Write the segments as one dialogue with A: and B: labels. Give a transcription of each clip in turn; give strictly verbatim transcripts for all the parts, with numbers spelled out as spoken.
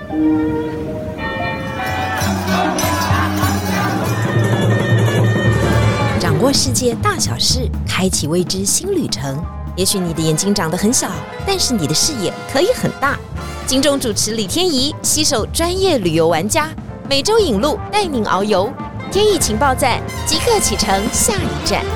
A: 掌握世界大小事，开启未知新旅程。也许你的眼睛长得很小，但是你的视野可以很大。金钟主持李天宜携手专业旅游玩家，每周引路带您遨游。天意情报站即刻启程，下一站。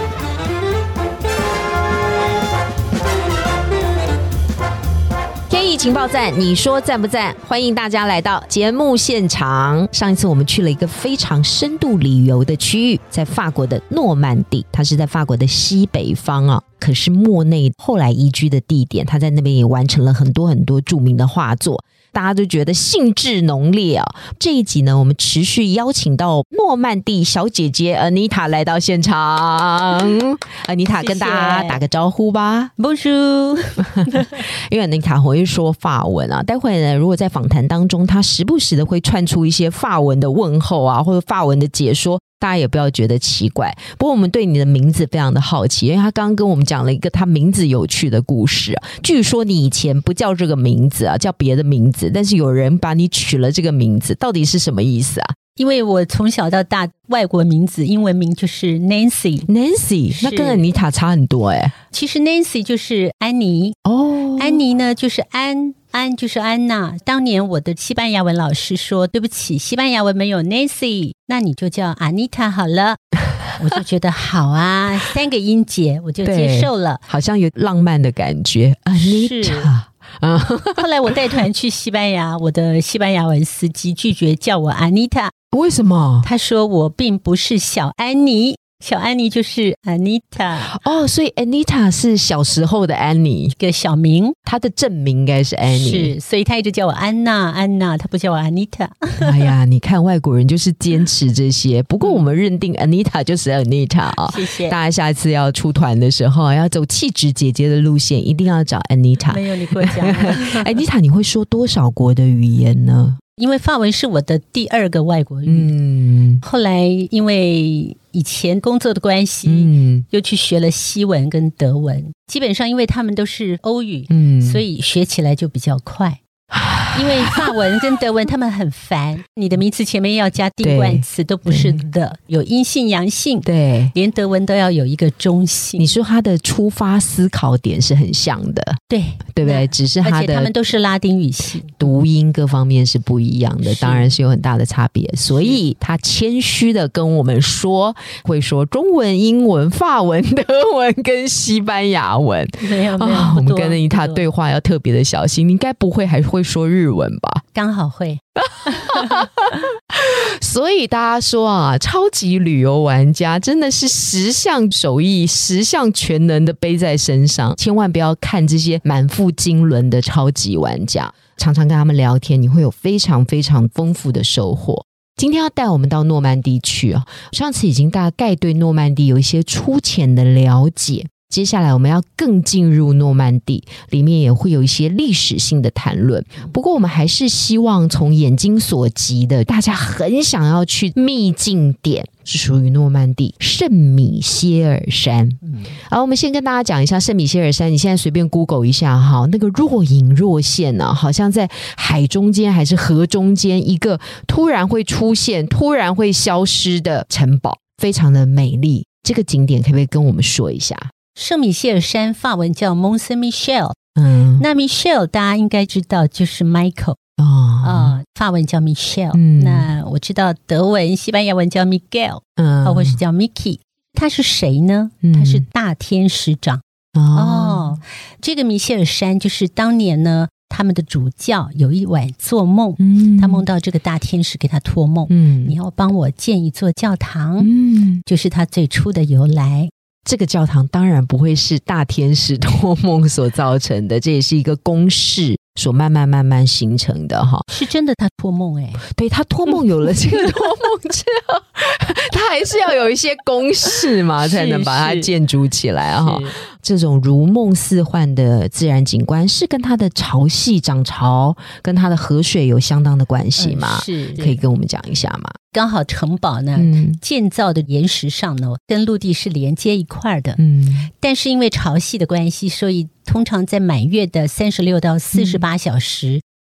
A: 天意情报站，你说赞不赞？欢迎大家来到节目现场。上一次我们去了一个非常深度旅游的区域，在法国的诺曼底，它是在法国的西北方啊。可是莫内后来移居的地点，他在那边也完成了很多很多著名的画作，大家都觉得兴致浓烈啊。这一集呢，我们持续邀请到诺曼底小姐姐 Anita 来到现场。Anita 跟大家打个招呼吧。
B: Bonjour
A: 因为 Anita 会说法文啊，待会呢，如果在访谈当中，她时不时的会串出一些法文的问候啊，或者法文的解说，大家也不要觉得奇怪。不过我们对你的名字非常的好奇，因为他刚刚跟我们讲了一个他名字有趣的故事啊。据说你以前不叫这个名字啊，叫别的名字，但是有人把你取了这个名字，到底是什么意思啊？
B: 因为我从小到大外国名字英文名就是 Nancy
A: Nancy， 那跟 Anita 差很多哎。
B: 其实 Nancy 就是安妮哦，安妮呢就是安安就是安娜。当年我的西班牙文老师说，对不起，西班牙文没有 Nancy， 那你就叫 Anita 好了。我就觉得好啊，三个音节我就接受了，
A: 好像有浪漫的感觉。Anita。
B: 后来我带团去西班牙，我的西班牙文司机拒绝叫我 Anita。
A: 为什么？
B: 他说我并不是小安妮，小安妮就是 Anita。
A: 哦，所以 Anita 是小时候的安妮，
B: 一个小名，
A: 她的正名应该是安妮，
B: 是，所以他一直叫我安娜安娜，他不叫我 Anita。
A: 哎呀，你看外国人就是坚持这些。不过我们认定 Anita 就是 Anita 啊。
B: 谢谢
A: 大家下次要出团的时候要走气质姐姐的路线，一定要找 Anita。
B: 没有你跟我讲
A: Anita 你会说多少国的语言呢？
B: 因为法文是我的第二个外国语，
A: 嗯，
B: 后来因为以前工作的关系，嗯，又去学了西文跟德文，基本上因为他们都是欧语，嗯，所以学起来就比较快。因为法文跟德文他们很烦，你的名词前面要加定冠词，都不是的，有阴性阳性，
A: 对，
B: 连德文都要有一个中性。
A: 你说他的出发思考点是很像的，
B: 对，
A: 对不对？只是他的，
B: 而且他们都是拉丁语系，
A: 读音各方面是不一样的，当然是有很大的差别。所以他谦虚的跟我们说，会说中文、英文、法文、德文跟西班牙文。
B: 没有没有、
A: 哦、我们跟他对话要特别的小心。你应该不会还会说日文吧？
B: 刚好会。
A: 所以大家说啊，超级旅游玩家真的是十项手艺十项全能的背在身上，千万不要看这些满腹经纶的超级玩家，常常跟他们聊天，你会有非常非常丰富的收获。今天要带我们到诺曼底去啊，上次已经大概对诺曼底有一些粗浅的了解，接下来我们要更进入诺曼底，里面也会有一些历史性的谈论。不过我们还是希望从眼睛所及的大家很想要去秘境点，是属于诺曼底圣米歇尔山。嗯，好，我们先跟大家讲一下圣米歇尔山，你现在随便 Google 一下哈，那个若隐若现啊，好像在海中间还是河中间，一个突然会出现突然会消失的城堡，非常的美丽。这个景点可不可以跟我们说一下？
B: 圣米歇尔山法文叫 Mont Saint Michel，
A: 嗯，
B: 那 Michel 大家应该知道就是 Michael
A: 哦，
B: 呃、法文叫 Michel，嗯，那我知道德文西班牙文叫 Miguel， 嗯，或是叫 Mickey。 他是谁呢？他是大天使长。哦，哦，这个米歇尔山就是当年呢他们的主教有一晚做梦，嗯，他梦到这个大天使给他托梦，嗯，你要帮我建一座教堂，嗯，就是他最初的由来。
A: 这个教堂当然不会是大天使托梦所造成的，这也是一个公式所慢慢慢慢形成的哈。
B: 是真的他托梦哎，
A: 对，他托梦有了这个托梦之后他还是要有一些公式嘛才能把它建筑起来哈。这种如梦似幻的自然景观是跟它的潮汐涨潮跟它的河水有相当的关系吗？嗯，是，可以跟我们讲一下吗？
B: 刚好城堡呢，嗯，建造的岩石上呢跟陆地是连接一块的，嗯，但是因为潮汐的关系，所以通常在满月的三十六到四十八小时，嗯，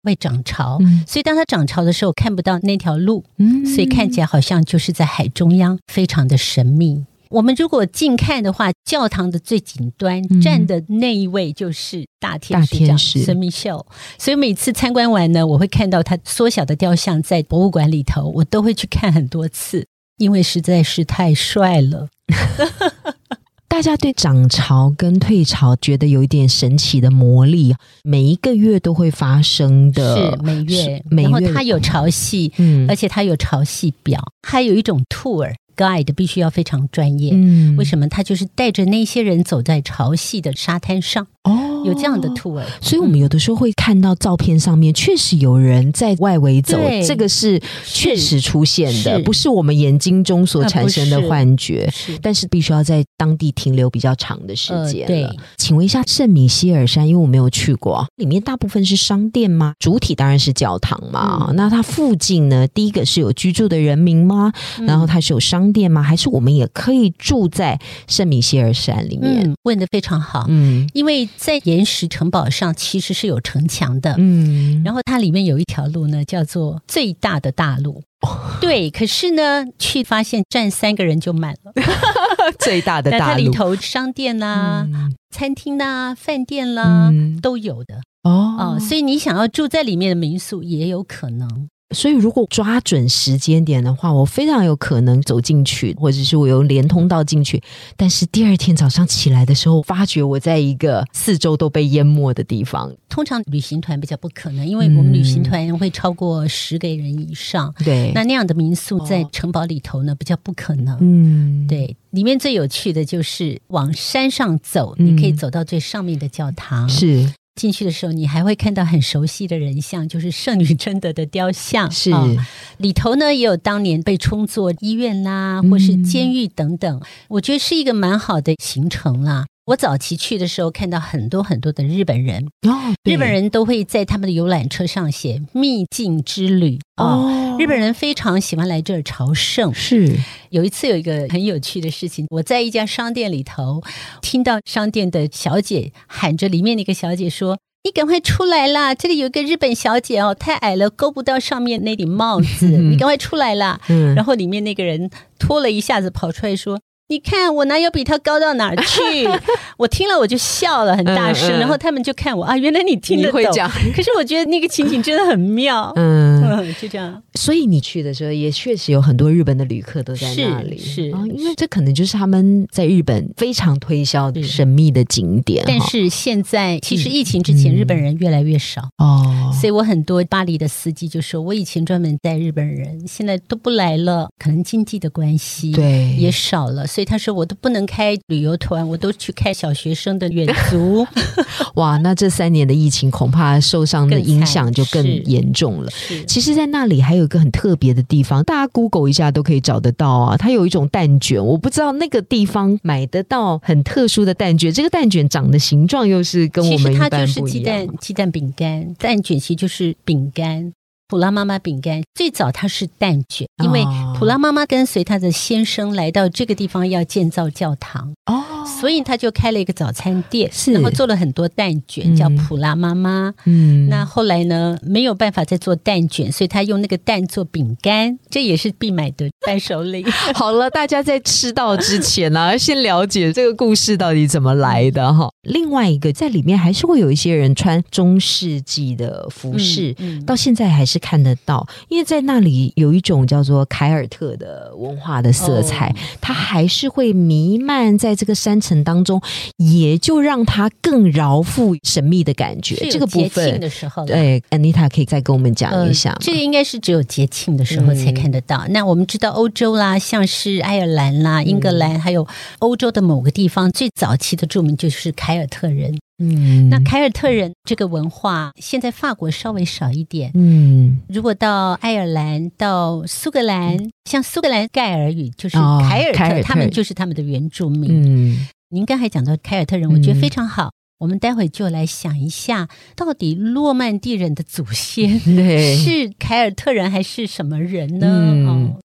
B: 会涨潮、嗯、所以当它涨潮的时候看不到那条路、嗯、所以看起来好像就是在海中央，非常的神秘。我们如果近看的话，教堂的最顶端、嗯、站的那一位就是大天使长圣米歇尔，所以每次参观完呢，我会看到他缩小的雕像在博物馆里头，我都会去看很多次，因为实在是太帅了。
A: 大家对涨潮跟退潮觉得有一点神奇的魔力，每一个月都会发生的，
B: 是每月，每月然后它有潮汐、嗯、而且它有潮汐表，还有一种 tour guide 必须要非常专业、嗯、为什么？他就是带着那些人走在潮汐的沙滩上，哦，有这样的 tour，
A: 所以我们有的时候会看到照片上面确实有人在外围走，这个是确实出现的，不是我们眼睛中所产生的幻觉，是但是必须要在当地停留比较长的时间、呃、对。请问一下，圣米歇尔山因为我没有去过，里面大部分是商店吗？主体当然是教堂嘛、嗯、那它附近呢，第一个是有居住的人民吗、嗯、然后它是有商店吗？还是我们也可以住在圣米歇尔山里面？
B: 嗯、问得非常好，嗯，因为在岩石城堡上其实是有城墙的，嗯，然后它里面有一条路呢，叫做最大的大路。对，可是呢，去发现站三个人就满了。
A: 最大的大路，
B: 它里头商店啦、啊嗯、餐厅啦、啊、饭店啦、啊嗯、都有的 哦, 哦，所以你想要住在里面的民宿也有可能。
A: 所以如果抓准时间点的话，我非常有可能走进去，或者是我有连通道进去，但是第二天早上起来的时候发觉我在一个四周都被淹没的地方。
B: 通常旅行团比较不可能，因为我们旅行团会超过十个人以上、嗯、对，那那样的民宿在城堡里头呢、哦、比较不可能。嗯，对，里面最有趣的就是往山上走、嗯、你可以走到最上面的教堂，是进去的时候你还会看到很熟悉的人像，就是圣女贞德的雕像，是、哦、里头呢也有当年被充作医院啦或是监狱等等、嗯、我觉得是一个蛮好的行程啦。我早期去的时候看到很多很多的日本人、哦、日本人都会在他们的游览车上写秘境之旅、哦哦、日本人非常喜欢来这儿朝圣。是有一次有一个很有趣的事情，我在一家商店里头听到商店的小姐喊着里面的一个小姐说，你赶快出来啦，这里有一个日本小姐哦，太矮了够不到上面那顶帽子你赶快出来啦、嗯、然后里面那个人拖了一下子跑出来说，你看我哪有比他高到哪儿去我听了我就笑了很大声、嗯嗯、然后他们就看我啊，原来你听得懂，可是我觉得那个情景真的很妙。 嗯, 嗯就这样。
A: 所以你去的时候也确实有很多日本的旅客都在那里，是, 是、哦、因为这可能就是他们在日本非常推销神秘的景点。
B: 但是现在其实疫情之前、嗯、日本人越来越少哦，所以我很多巴黎的司机就说，我以前专门带日本人现在都不来了，可能经济的关系对也少了，所以他说我都不能开旅游团，我都去开小学生的远足
A: 哇，那这三年的疫情恐怕受伤的影响就更严重了。其实在那里还有一个很特别的地方，大家 Google 一下都可以找得到啊，它有一种蛋卷，我不知道那个地方买得到很特殊的蛋卷，这个蛋卷长的形状又是跟我们一般不一样。其实它就是鸡蛋鸡蛋饼干，蛋卷其实就是饼干，普拉妈妈饼干最早它是蛋卷，因为普拉妈妈跟随她的先生来到这个地方要建造教堂哦，所以他就开了一个早餐店，然后做了很多蛋卷、嗯、叫普拉妈妈。嗯，那后来呢没有办法再做蛋卷，所以他用那个蛋做饼干，这也是必买的伴手礼好了，大家在吃到之前啊先了解这个故事到底怎么来的哈。另外一个在里面还是会有一些人穿中世纪的服饰、嗯嗯、到现在还是看得到，因为在那里有一种叫做凯尔特的文化的色彩、哦、它还是会弥漫在这个山城当中，也就让它更饶富神秘的感觉。这个部分节庆的时候，对 Anita 可以再跟我们讲一下、呃、
B: 这个应该是只有节庆的时候才看得到、嗯、那我们知道欧洲啦，像是爱尔兰啦、英格兰、嗯、还有欧洲的某个地方最早期的著名就是凯尔特人。嗯，那凯尔特人这个文化现在法国稍微少一点。嗯，如果到爱尔兰到苏格兰、嗯、像苏格兰盖尔语就是凯尔特、哦、凯尔特他们就是他们的原住民。嗯，您刚才讲到凯尔特人我觉得非常好、嗯，我们待会就来想一下到底诺曼底人的祖先是凯尔特人还是什么人呢、嗯哦、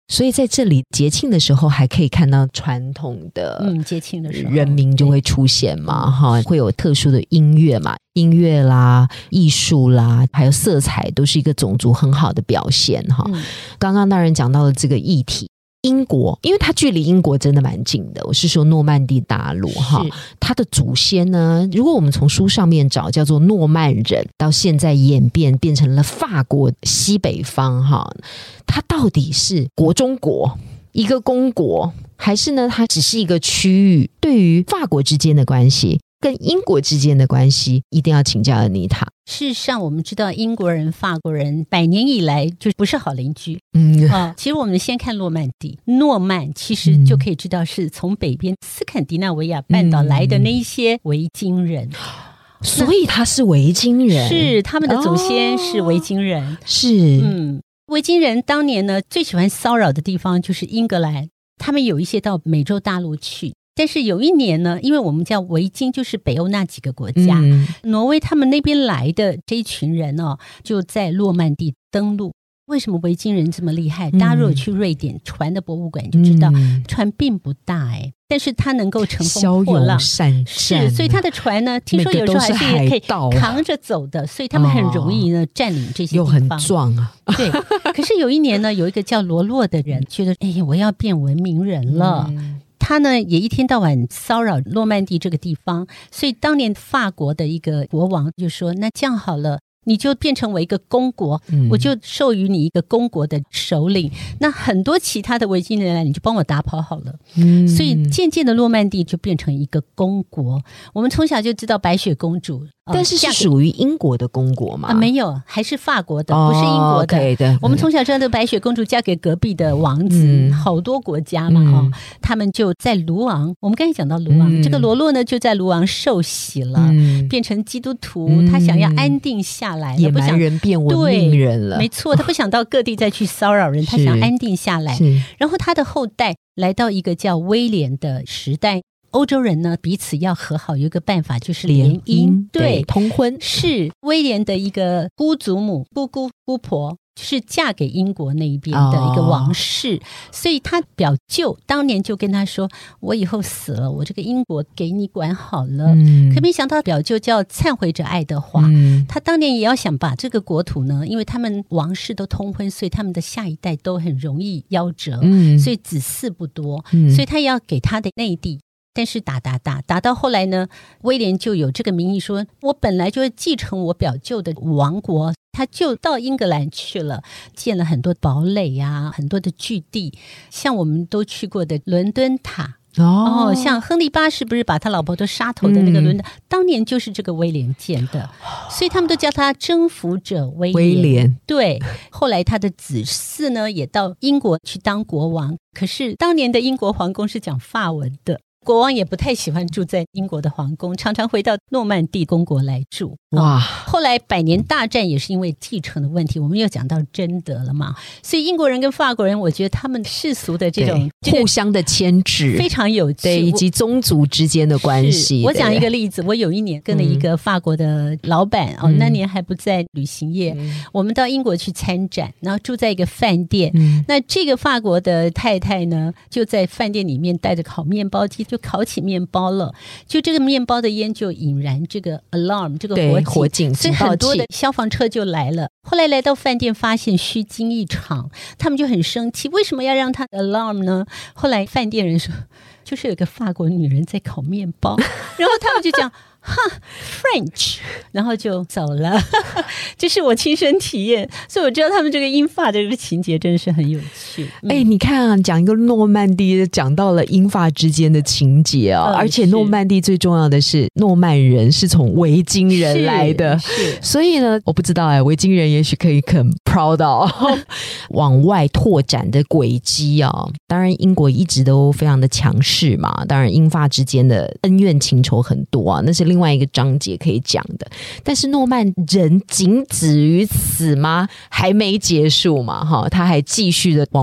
A: 所以在这里节庆的时候还可以看到传统的
B: 嗯节庆的时候
A: 人民就会出现嘛，哈，会有特殊的音乐嘛，音乐啦、艺术啦，还有色彩，都是一个种族很好的表现哈。嗯、刚刚当然讲到了这个议题。英国，因为它距离英国真的蛮近的，我是说诺曼底大陆哈，它的祖先呢，如果我们从书上面找，叫做诺曼人，到现在演变变成了法国西北方哈，它到底是国中国一个公国，还是呢它只是一个区域？对于法国之间的关系跟英国之间的关系，一定要请教安妮塔。
B: 事实上我们知道英国人法国人百年以来就不是好邻居。嗯、哦，其实我们先看诺曼底，诺曼其实就可以知道是从北边斯堪的纳维亚半岛来的那一些维京人、嗯、
A: 所以他是维京人，
B: 是他们的祖先是维京人、哦、
A: 是
B: 嗯，维京人当年呢最喜欢骚扰的地方就是英格兰，他们有一些到美洲大陆去，但是有一年呢，因为我们叫维京，就是北欧那几个国家、嗯、挪威他们那边来的这一群人哦，就在诺曼底登陆。为什么维京人这么厉害、嗯、大家如果去瑞典船的博物馆就知道、嗯、船并不大哎，但是它能够乘风破浪，
A: 善
B: 是，所以它的船呢听说有时候还是也可以扛着走的，所以他们很容易呢、哦、占领这些地方，又
A: 很壮啊。
B: 对，可是有一年呢，有一个叫罗洛的人觉得哎，我要变文明人了、嗯，他呢也一天到晚骚扰诺曼底这个地方，所以当年法国的一个国王就说，那这样好了，你就变成为一个公国、嗯、我就授予你一个公国的首领，那很多其他的维京人来你就帮我打跑好了、嗯、所以渐渐的诺曼底就变成一个公国。我们从小就知道白雪公主，
A: 但是是属于英国的公国吗？
B: 啊，没有，还是法国的、哦、不是英国的。
A: okay 的，
B: 我们从小知道的白雪公主嫁给隔壁的王子、嗯、好多国家嘛、嗯哦、他们就在卢昂，我们刚才讲到卢昂、嗯、这个罗洛呢就在卢昂受洗了、嗯、变成基督徒、嗯、他想要安定下来，
A: 野蛮人变文明人了，
B: 没错，他不想到各地再去骚扰人，他想安定下来。然后他的后代来到一个叫威廉的时代，欧洲人呢彼此要和好，有一个办法就是联姻，对，
A: 通婚。
B: 是威廉的一个姑祖母、姑姑、姑婆是嫁给英国那一边的一个王室、哦、所以他表舅当年就跟他说，我以后死了，我这个英国给你管好了、嗯、可没想到表舅叫忏悔者爱德华、嗯、他当年也要想把这个国土呢，因为他们王室都通婚，所以他们的下一代都很容易夭折、嗯、所以子嗣不多、嗯、所以他也要给他的内地，但是打打打打到后来呢，威廉就有这个名义说，我本来就会继承我表舅的王国，他就到英格兰去了，建了很多堡垒啊，很多的据地，像我们都去过的伦敦塔哦，像亨利八世不是把他老婆都杀头的那个伦敦、嗯、当年就是这个威廉建的，所以他们都叫他征服者威廉。
A: 威廉
B: 对，后来他的子嗣呢也到英国去当国王，可是当年的英国皇宫是讲法文的，国王也不太喜欢住在英国的皇宫，常常回到诺曼底公国来住。哇、哦！后来百年大战也是因为继承的问题，我们又讲到贞德了嘛，所以英国人跟法国人，我觉得他们世俗的这种、这个、
A: 互相的牵制
B: 非常有趣，
A: 对，以及宗族之间的关系。
B: 我讲一个例子，我有一年跟了一个法国的老板、嗯、哦，那年还不在旅行业、嗯、我们到英国去参展，然后住在一个饭店、嗯、那这个法国的太太呢就在饭店里面带着烤面包机就烤起面包了，就这个面包的烟就引燃这个 alarm 这个火警，
A: 火警，
B: 所以很多的消防车就来了。后来来到饭店发现虚惊一场，他们就很生气，为什么要让他 alarm 呢？后来饭店人说，就是有个法国女人在烤面包，然后他们就讲哈 French， 然后就走了这是我亲身体验，所以我知道他们这个英法的这个情节真的是很有趣。
A: 哎、嗯欸，你看啊，讲一个诺曼底讲到了英法之间的情节啊、哦嗯，而且诺曼底最重要的是诺曼人是从维京人来的，所以呢我不知道哎，维京人也许可以很 proud 哦往外拓展的轨迹啊、哦。当然英国一直都非常的强势嘛，当然英法之间的恩怨情仇很多啊，那是另外一个章节可以讲的。但是诺曼人仅止于此吗？还没结束嘛，哈，他还继续的往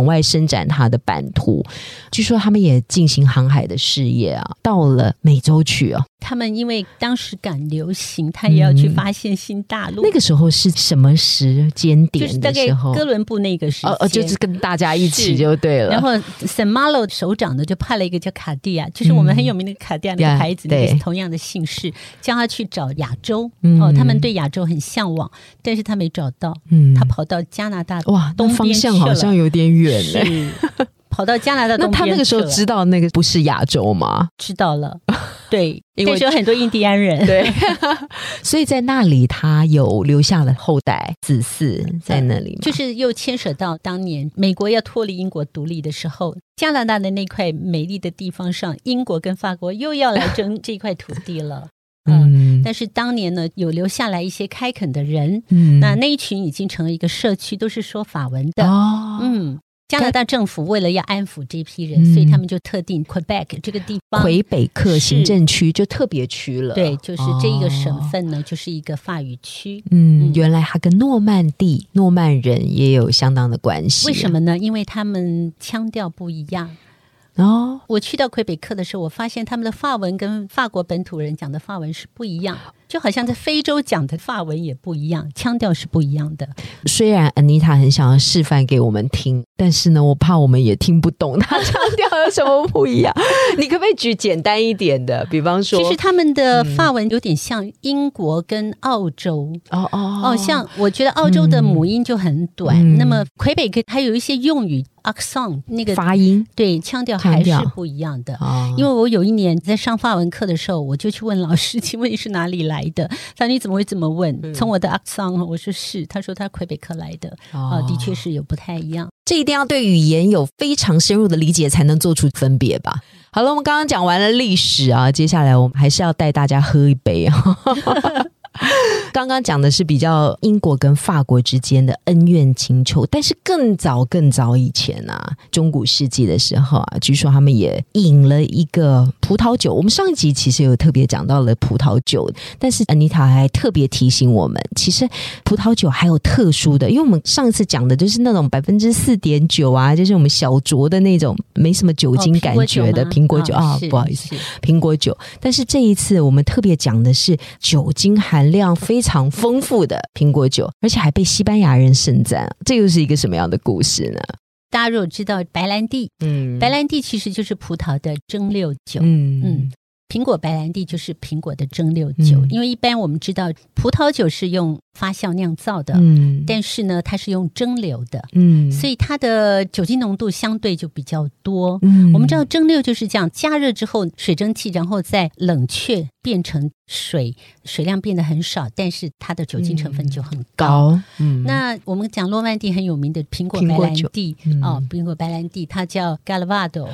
A: 往外伸展它的版图。据说他们也进行航海的事业啊，到了美洲去啊。
B: 他们因为当时赶流行，他也要去发现新大陆、嗯、
A: 那个时候是什么时间点的时候？
B: 就是大概哥伦布那个时间、
A: 哦、就是跟大家一起就对了。
B: 然后 Saint Malo 首长呢就派了一个叫卡地亚，就是我们很有名的卡地亚那个牌子、嗯、那个同样的姓氏，叫他去找亚洲、嗯哦、他们对亚洲很向往，但是他没找到、嗯、他跑到加拿大哇东边去了，
A: 方向好像有点远
B: 是跑到加拿大东边去了。
A: 那他那个时候知道那个不是亚洲吗？
B: 知道了，对，因为有很多印第安人，
A: 对，所以在那里他有留下了后代子嗣在那里吗、嗯、
B: 就是又牵扯到当年美国要脱离英国独立的时候，加拿大的那块美丽的地方上，英国跟法国又要来争这块土地了嗯，但是当年呢有留下来一些开垦的人、嗯、那那一群已经成了一个社区，都是说法文的哦，嗯，加拿大政府为了要安抚这批人、嗯、所以他们就特定 Quebec 这个地方
A: 魁北克行政区就特别区了，
B: 对，就是这一个省份呢、哦、就是一个法语区。
A: 嗯, 嗯原来它跟诺曼底诺曼人也有相当的关系、啊、
B: 为什么呢？因为他们腔调不一样哦，我去到魁北克的时候，我发现他们的法文跟法国本土人讲的法文是不一样，就好像在非洲讲的法文也不一样，腔调是不一样的。
A: 虽然 Anita 很想要示范给我们听，但是呢我怕我们也听不懂他腔调有什么不一样你可不可以举简单一点的，比方说
B: 其实他们的法文有点像英国跟澳洲、嗯、哦哦哦，像我觉得澳洲的母音就很短、嗯、那么魁北克还有一些用语accent 那个
A: 发音，
B: 对，腔调还是不一样的、哦、因为我有一年在上法文课的时候，我就去问老师，请问你是哪里来的？他说你怎么会这么问、嗯、从我的 accent， 我说是，他说他魁北克来的、哦呃、的确是有不太一样，
A: 这一定要对语言有非常深入的理解才能做出分别吧。好了，我们刚刚讲完了历史啊，接下来我们还是要带大家喝一杯刚刚讲的是比较英国跟法国之间的恩怨情仇，但是更早更早以前啊，中古世纪的时候啊，据说他们也引了一个葡萄酒，我们上一集其实有特别讲到了葡萄酒，但是 Anita 还特别提醒我们，其实葡萄酒还有特殊的，因为我们上一次讲的就是那种 百分之四点九 啊，就是我们小酌的那种没什么酒精感觉的苹果酒啊、哦，不好意思，苹果酒。但是这一次我们特别讲的是酒精含量非常丰富的苹果酒，而且还被西班牙人盛赞，这又是一个什么样的故事呢？
B: 大家如果知道白兰地，嗯，白兰地其实就是葡萄的蒸馏酒，嗯嗯。苹果白兰地就是苹果的蒸馏酒、嗯、因为一般我们知道葡萄酒是用发酵酿造的、嗯、但是呢它是用蒸馏的、嗯、所以它的酒精浓度相对就比较多、嗯、我们知道蒸馏就是这样，加热之后水蒸气然后再冷却变成水，水量变得很少，但是它的酒精成分就很高、嗯嗯、那我们讲诺曼底很有名的苹果白兰地、嗯、哦，苹果白兰地它叫 Galvado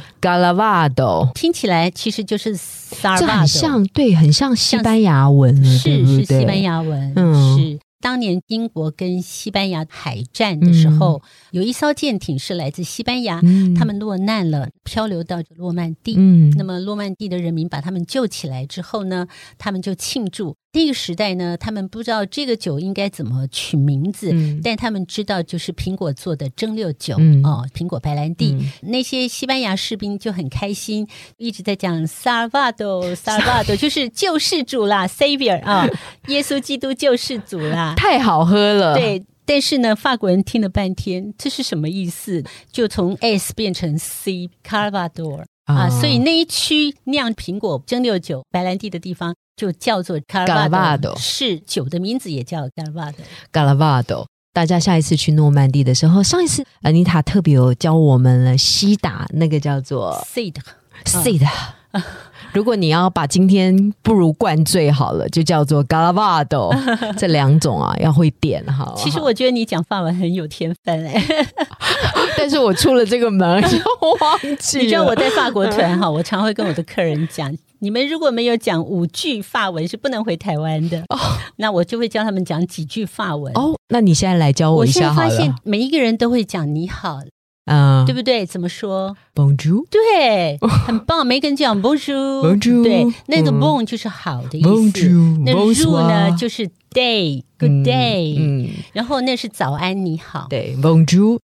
A: Galvado
B: 听起来其实就是
A: 这很像，对，很像西班牙文了，
B: 是
A: 对不对？
B: 是西班牙文、嗯、是当年英国跟西班牙海战的时候、嗯、有一艘舰艇是来自西班牙、嗯、他们落难了，漂流到诺曼底、嗯、那么诺曼底的人民把他们救起来之后呢，他们就庆祝。那个时代呢，他们不知道这个酒应该怎么取名字、嗯、但他们知道就是苹果做的蒸馏酒、嗯哦、苹果白兰地、嗯、那些西班牙士兵就很开心，一直在讲 Salvador Salvador 就是救世主啦Savior 啊，耶稣基督救世主啦，
A: 太好喝了。
B: 对，但是呢法国人听了半天这是什么意思，就从 S 变成 C Calvados啊，所以那一区酿苹果蒸馏酒白兰地的地方就叫做 Galvado， 是酒的名字也叫 Galvado
A: Galvado。 大家下一次去诺曼底的时候，上一次 Anita 特别有教我们了西打那个叫做
B: Cidre
A: Cidre、哦、如果你要把今天不如灌醉好了，就叫做 Galvado 这两种啊要会点好不好？
B: 其实我觉得你讲法文很有天分哎
A: 但是我出了这个门就忘记了。
B: 你知道我在法国团哈，我常会跟我的客人讲，你们如果没有讲五句法文是不能回台湾的、哦、那我就会教他们讲几句法文。哦，
A: 那你现在来教我一下好了。
B: 我现在发现每一个人都会讲你好，嗯，对不对？怎么说
A: Bonjour？
B: 对，很棒，每个人讲 Bonjour
A: Bonjour，
B: 对，那个 Bon 就是好的意思、
A: Bonjour，
B: 那 Jour 呢就是 Day Good day、嗯嗯、然后那是早安你好，
A: 对 Bonjour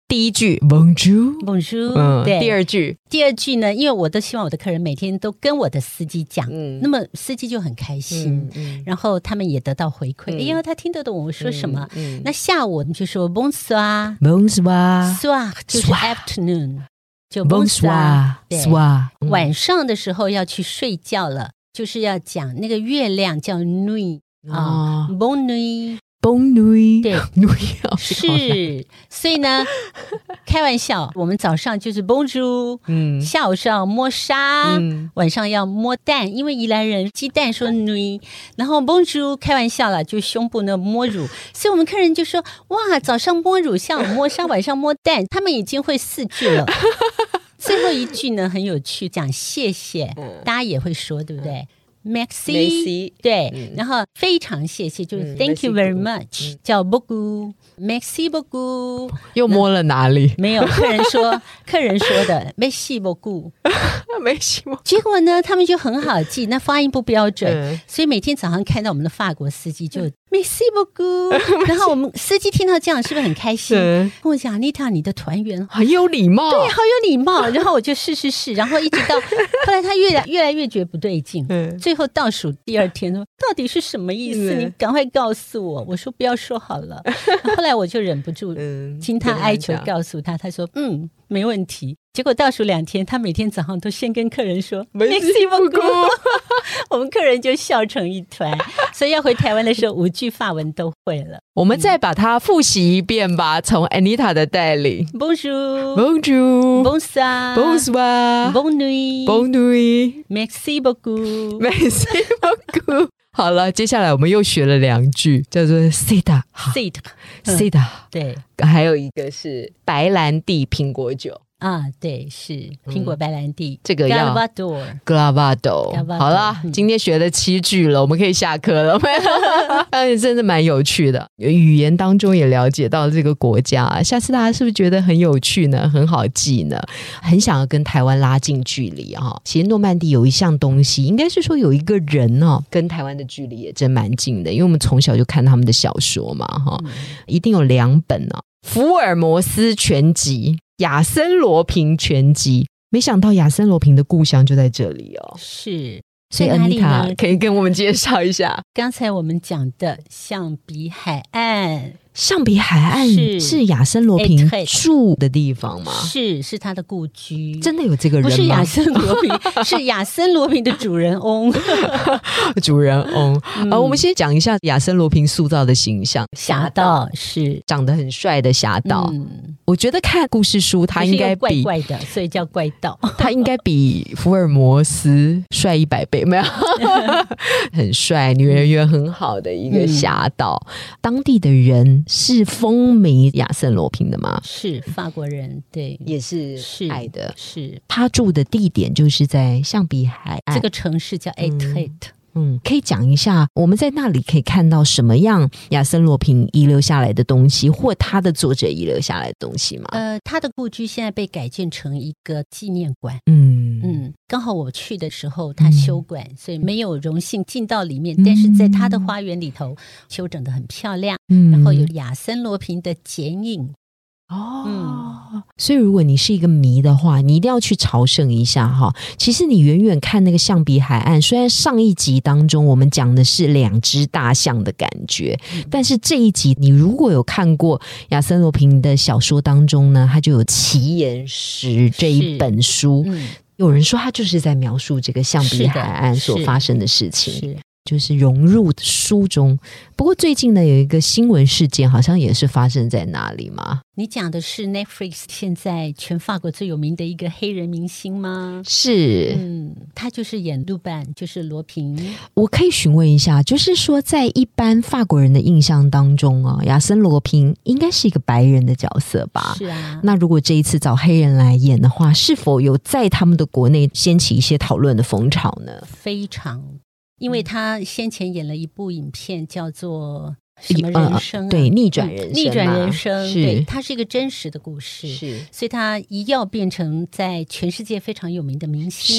A: 第一句 Bonjour
B: Bonjour、
A: 嗯、
B: 对，
A: 第二句
B: 第二句呢，因为我都希望我的客人每天都跟我的司机讲、嗯、那么司机就很开心、嗯嗯、然后他们也得到回馈、嗯、哎呀他听得懂我说什么、嗯嗯、那下午我们就说 Bonsoir
A: Bonsoir
B: Soir 就是 afternoon 就
A: Bonsoir Soir、
B: 嗯、晚上的时候要去睡觉了，就是要讲那个月亮叫 Nuit 啊、哦、Bonne nuit
A: Bonne nuit
B: 对
A: nuit
B: 是，所以呢开玩笑我们早上就是 Bonjour、嗯、下午是要摸沙、嗯、晚上要摸蛋，因为宜兰人鸡蛋说 nuit， 然后 Bonjour 开玩笑了，就胸部呢摸乳，所以我们客人就说哇早上摸乳下午摸沙晚上摸蛋，他们已经会四句了最后一句呢很有趣，讲谢谢、嗯、大家也会说对不对Merci, Merci 对、嗯、然后非常谢谢就是 Thank you very much、嗯、叫 beaucoup Merci beaucoup
A: 又摸了哪里
B: 没有客人说客人说的 Merci beaucoup
A: Merci beaucoup
B: 结果呢他们就很好记，那发音不标准、嗯、所以每天早上看到我们的法国司机就、嗯、Merci beaucoup 然后我们司机听到这样是不是很开心跟我讲 Anita 你的团员
A: 很有礼貌，
B: 对好有礼貌然后我就试试试然后一直到后来他越来越来越觉得不对劲、嗯最后倒数第二天说到底是什么意思、嗯、你赶快告诉我，我说不要说好了后来我就忍不住听他哀求告诉他，他说嗯没问题，结果倒数两天他每天早上都先跟客人说 Merci beaucoup 我们客人就笑成一团所以要回台湾的时候五句法文都会了。
A: 我们再把它复习一遍吧，从 Anita 的带领
B: Bonjour
A: Bonjour
B: Bonsoir
A: Bonsoir
B: Bonne nuit
A: Bonne nuit
B: Merci beaucoup
A: Merci beaucoup 好了，接下来我们又学了两句叫做 Sida
B: Sida
A: Sida
B: 对，还
A: 有一个是白兰地苹果酒
B: 啊，对，是苹果白兰地、嗯、
A: 这个要
B: Glavador
A: Glavador 好了、嗯、今天学了七句了，我们可以下课了但是真的蛮有趣的，语言当中也了解到这个国家，下次大家是不是觉得很有趣呢，很好记呢，很想要跟台湾拉近距离、哦、其实诺曼底有一项东西，应该是说有一个人哦，跟台湾的距离也真蛮近的，因为我们从小就看他们的小说嘛、哦嗯、一定有两本哦，福尔摩斯全集亚森罗平全集，没想到亚森罗平的故乡就在这里哦。
B: 是，
A: 所以 Anita 可以跟我们介绍一下。
B: 刚才我们讲的象鼻海岸，
A: 象鼻海岸是亚森罗平住的地方吗？
B: 是，是他的故居。
A: 真的有这个人吗？
B: 不是亚森罗平是亚森罗平的主人翁
A: 主人翁、嗯呃、我们先讲一下亚森罗平塑造的形象。
B: 侠盗是长
A: 得很帅的侠盗、嗯、我觉得看故事书他应该比
B: 怪怪的，所以叫怪盗
A: 他应该比福尔摩斯帅一百倍，没有很帅，女人缘很好的一个侠盗、嗯、当地的人是风靡亚森罗平的吗？
B: 是法国人，对，
A: 也是爱的。
B: 是
A: 他住的地点就是在象鼻海岸，
B: 这个城市叫 Etretat、嗯
A: 嗯，可以讲一下我们在那里可以看到什么样亚森罗平遗留下来的东西，或他的作者遗留下来的东西吗？
B: 呃，他的故居现在被改建成一个纪念馆。
A: 嗯
B: 嗯，刚好我去的时候他休馆、嗯、所以没有荣幸进到里面、嗯、但是在他的花园里头修整得很漂亮、嗯、然后有亚森罗平的剪影
A: 哦、嗯，所以如果你是一个迷的话，你一定要去朝圣一下哈。其实你远远看那个象鼻海岸，虽然上一集当中我们讲的是两只大象的感觉、嗯、但是这一集你如果有看过亚森罗平的小说当中呢，他就有奇岩石这一本书、嗯、有人说他就是在描述这个象鼻海岸所发生的事情，是就是融入书中。不过最近呢有一个新闻事件好像也是发生在哪里吗？
B: 你讲的是 Netflix 现在全法国最有名的一个黑人明星吗？
A: 是，
B: 嗯，他就是演陆版，就是罗平。
A: 我可以询问一下，就是说在一般法国人的印象当中啊，亚森罗平应该是一个白人的角色吧？
B: 是啊。
A: 那如果这一次找黑人来演的话，是否有在他们的国内掀起一些讨论的风潮呢？
B: 非常。因为他先前演了一部影片叫做什么人生、啊呃、
A: 对，逆转人生、嗯、
B: 逆转人生，对，它是一个真实的故事，
A: 是，
B: 所以他一要变成在全世界非常有名的明星，是，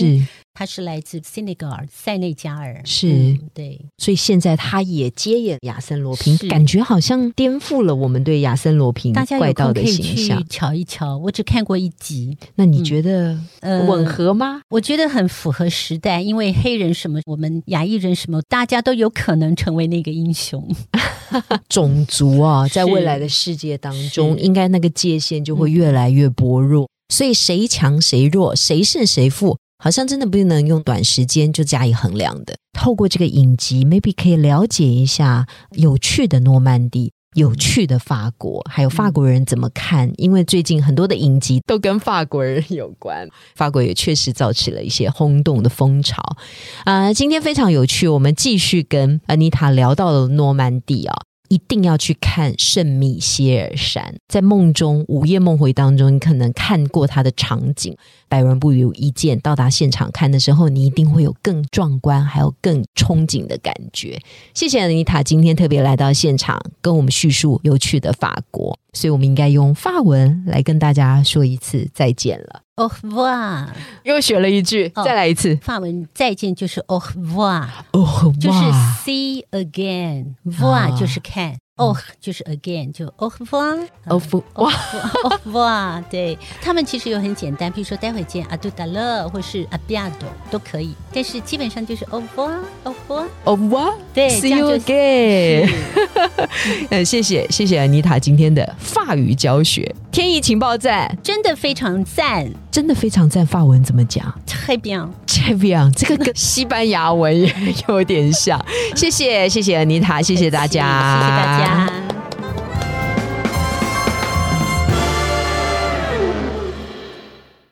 B: 他是来自 Senegal 塞内加尔，
A: 是、
B: 嗯、对，
A: 所以现在他也接演亚森罗平，感觉好像颠覆了我们对亚森罗平怪盗的形象。大家有空可以去
B: 瞧一瞧，我只看过一集。
A: 那你觉得吻合吗？
B: 呃、我觉得很符合时代，因为黑人什么，我们亚裔人什么，大家都有可能成为那个英雄。
A: 种族啊，在未来的世界当中，应该那个界限就会越来越薄弱。嗯、所以谁强谁弱，谁胜谁负，好像真的不能用短时间就加以衡量的。透过这个影集 maybe 可以了解一下有趣的诺曼底，有趣的法国，还有法国人怎么看、嗯、因为最近很多的影集都跟法国人有关，法国也确实造起了一些轰动的风潮、呃、今天非常有趣，我们继续跟安妮塔聊到了诺曼底啊，一定要去看圣米歇尔山。在梦中，午夜梦回当中，你可能看过它的场景，百闻不如一见，到达现场看的时候，你一定会有更壮观还有更憧憬的感觉。谢谢安妮塔今天特别来到现场跟我们叙述有趣的法国，所以我们应该用法文来跟大家说一次再见了。
B: Au revoir，
A: 又学了一句、哦、再来一次。
B: 法文再见就是 Au revoir，
A: Au revoir
B: 就是 see again， voir、啊、就是看，哦、oh, 就是 again 就 au revoir
A: au revoir
B: au revoir 对，他们其实有很简单，比如说待会见 à tout à l'heure 或是 à bientôt 都可以，但是基本上就是 au revoir au revoir
A: au revoir
B: 对
A: see you again 呃，谢谢谢谢安妮塔今天的法语教学，天意情报站
B: 真的非常赞，
A: 真的非常赞。法文怎么讲？
B: très bien
A: très bien 这个跟西班牙文也有点像谢谢谢谢安妮塔，谢谢大家，
B: 谢谢大家。